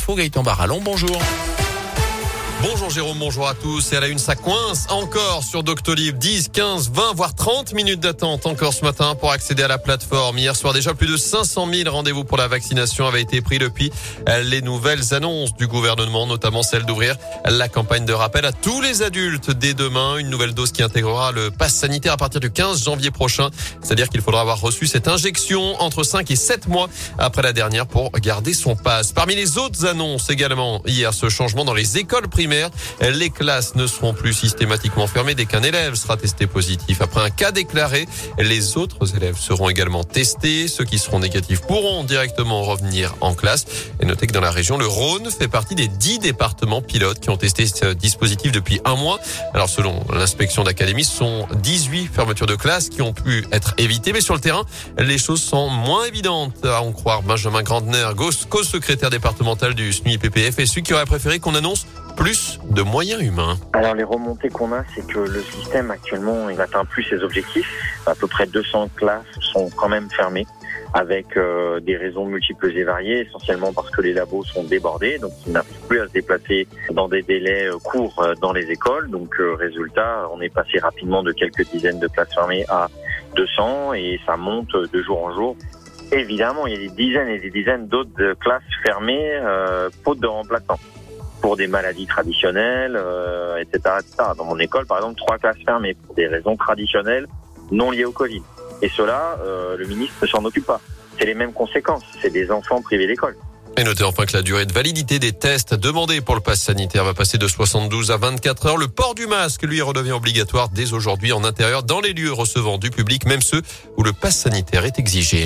infos, Gaëtan Barallon, bonjour. Bonjour Jérôme, bonjour à tous. Et à la une, ça coince encore sur Doctolib. 10, 15, 20, voire 30 minutes d'attente encore ce matin pour accéder à la plateforme. Hier soir déjà, plus de 500 000 rendez-vous pour la vaccination avaient été pris depuis les nouvelles annonces du gouvernement, notamment celle d'ouvrir la campagne de rappel à tous les adultes dès demain. Une nouvelle dose qui intégrera le pass sanitaire à partir du 15 janvier prochain. C'est-à-dire qu'il faudra avoir reçu cette injection entre 5 et 7 mois après la dernière pour garder son pass. Parmi les autres annonces également, hier, ce changement dans les écoles primaires. Les classes ne seront plus systématiquement fermées dès qu'un élève sera testé positif. Après un cas déclaré, les autres élèves seront également testés. Ceux qui seront négatifs pourront directement revenir en classe. Et notez que dans la région, le Rhône fait partie des 10 départements pilotes qui ont testé ce dispositif depuis un mois. Alors selon l'inspection d'académie, ce sont 18 fermetures de classes qui ont pu être évitées. Mais sur le terrain, les choses sont moins évidentes, à en croire Benjamin Grandner, co-secrétaire départemental du SNUI-PPF, et celui qui aurait préféré qu'on annonce plus de moyens humains. Alors les remontées qu'on a, c'est que le système actuellement, il n'atteint plus ses objectifs. À peu près 200 classes sont quand même fermées avec des raisons multiples et variées, essentiellement parce que les labos sont débordés, donc ils n'arrivent plus à se déplacer dans des délais courts dans les écoles. Donc résultat, on est passé rapidement de quelques dizaines de classes fermées à 200 et ça monte de jour en jour. Évidemment, il y a des dizaines et des dizaines d'autres classes fermées faute de remplaçants pour des maladies traditionnelles, etc., etc. Dans mon école, par exemple, 3 classes fermées pour des raisons traditionnelles non liées au Covid. Et cela, le ministre ne s'en occupe pas. C'est les mêmes conséquences. C'est des enfants privés d'école. Et notez enfin que la durée de validité des tests demandés pour le pass sanitaire va passer de 72 à 24 heures. Le port du masque, lui, redevient obligatoire dès aujourd'hui en intérieur dans les lieux recevant du public, même ceux où le pass sanitaire est exigé.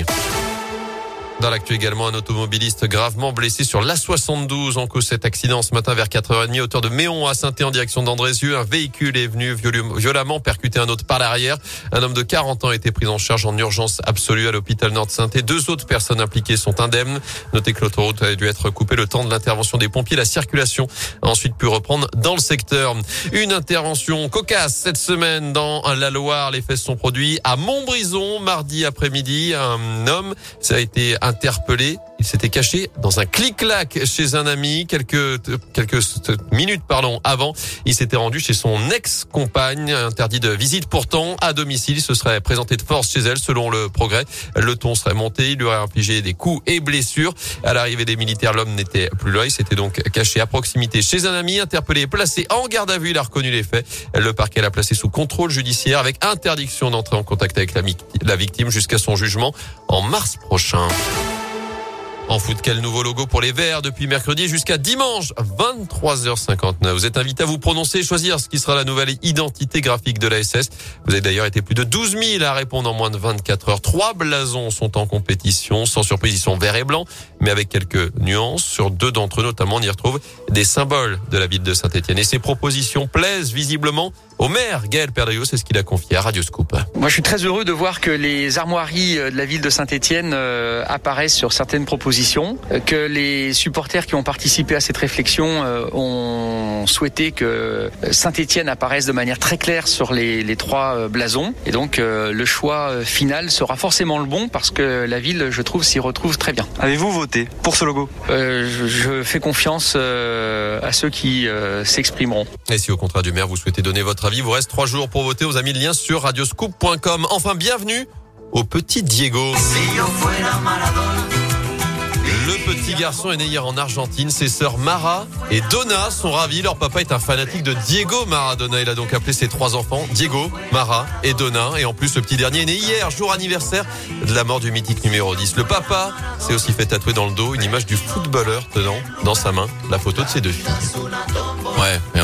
Dans l'actu également, un automobiliste gravement blessé sur l'A72 en cause cet accident ce matin vers 4h30 hauteur de Méon à Saint-Thé en direction d'Andrézieux. Un véhicule est venu violemment percuter un autre par l'arrière. Un homme de 40 ans a été pris en charge en urgence absolue à l'hôpital Nord de Saint-Thé. 2 autres personnes impliquées sont indemnes. Notez que l'autoroute a dû être coupée le temps de l'intervention des pompiers. La circulation a ensuite pu reprendre dans le secteur. Une intervention cocasse cette semaine dans la Loire. Les faits se sont produits à Montbrison mardi après-midi. Un homme, ça a été interpellé. Il s'était caché dans un clic-clac chez un ami. Quelques minutes, avant, il s'était rendu chez son ex-compagne, interdit de visite pourtant à domicile. Il se serait présenté de force chez elle, selon le Progrès. Le ton serait monté. Il lui aurait infligé des coups et blessures. À l'arrivée des militaires, l'homme n'était plus là. Il s'était donc caché à proximité chez un ami, interpellé et placé en garde à vue. Il a reconnu les faits. Le parquet l'a placé sous contrôle judiciaire avec interdiction d'entrer en contact avec la victime jusqu'à son jugement en mars prochain. En foot, quel nouveau logo pour les Verts depuis mercredi jusqu'à dimanche, 23h59. Vous êtes invité à vous prononcer et choisir ce qui sera la nouvelle identité graphique de la SS. Vous avez d'ailleurs été plus de 12 000 à répondre en moins de 24 heures. 3 blasons sont en compétition. Sans surprise, ils sont verts et blancs, mais avec quelques nuances. Sur 2 d'entre eux, notamment, on y retrouve des symboles de la ville de Saint-Étienne. Et ces propositions plaisent visiblement au maire Gaël Perdriau, c'est ce qu'il a confié à Radio Scoop. Moi, je suis très heureux de voir que les armoiries de la ville de Saint-Étienne apparaissent sur certaines propositions, que les supporters qui ont participé à cette réflexion ont souhaité que Saint-Étienne apparaisse de manière très claire sur les 3 blasons. Et donc, le choix final sera forcément le bon parce que la ville, je trouve, s'y retrouve très bien. Avez-vous voté pour ce logo ? Je fais confiance à ceux qui s'exprimeront. Et si au contraire du maire, vous souhaitez donner votre avis, vous reste 3 jours pour voter. Vous avez mis le lien sur radioscoop.com. Enfin, bienvenue au petit Diego. Le petit garçon est né hier en Argentine. Ses sœurs Mara et Donna sont ravies. Leur papa est un fanatique de Diego Maradona. Il a donc appelé ses 3 enfants Diego, Mara et Donna. Et en plus, le petit dernier est né hier, jour anniversaire de la mort du mythique numéro 10. Le papa s'est aussi fait tatouer dans le dos une image du footballeur tenant dans sa main la photo de ses 2 filles. Ouais.